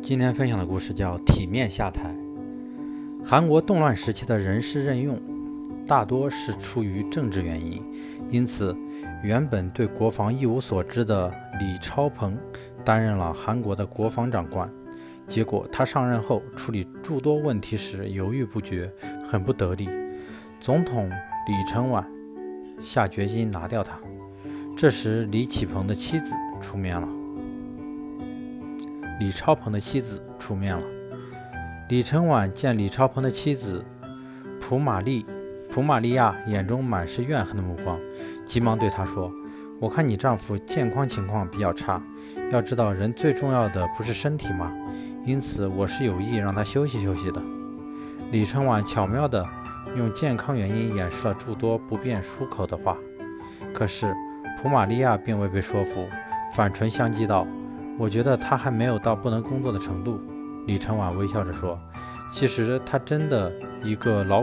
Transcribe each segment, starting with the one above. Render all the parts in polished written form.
今天分享的故事叫体面下台。韩国动乱时期的人事任用大多是出于政治原因，因此原本对国防一无所知的李超鹏担任了韩国的国防长官。结果他上任后处理诸多问题时犹豫不决，很不得力。总统李承晚下决心拿掉他。这时李超鹏的妻子出面了。李承晚见李超鹏的妻子普玛利亚眼中满是怨恨的目光，急忙对他说：“我看你丈夫健康情况比较差，要知道人最重要的不是身体吗？因此我是有意让他休息休息的。”李承晚巧妙地用健康原因掩饰了诸多不便出口的话，可是普玛利亚并未被说服，反唇相讥道：“我觉得他还没有到不能工作的程度。”李承晚微笑着说：“其实他真的一个劳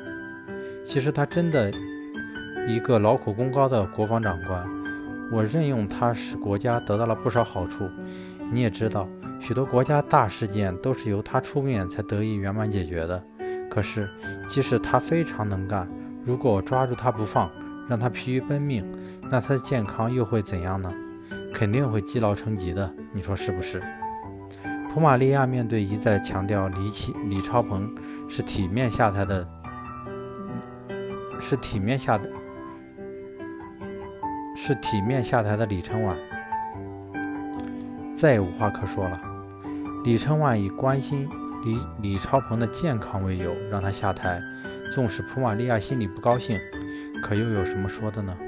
苦功高的国防长官，我任用他使国家得到了不少好处。你也知道，许多国家大事件都是由他出面才得以圆满解决的。可是即使他非常能干，如果抓住他不放，让他疲于奔命，那他的健康又会怎样呢？肯定会积劳成疾的，你说是不是？”普玛利亚面对一再强调李超鹏是体面下台的李承晚，再也无话可说了。李承晚以关心李超鹏的健康为由让他下台，纵使普玛利亚心里不高兴，可又有什么说的呢？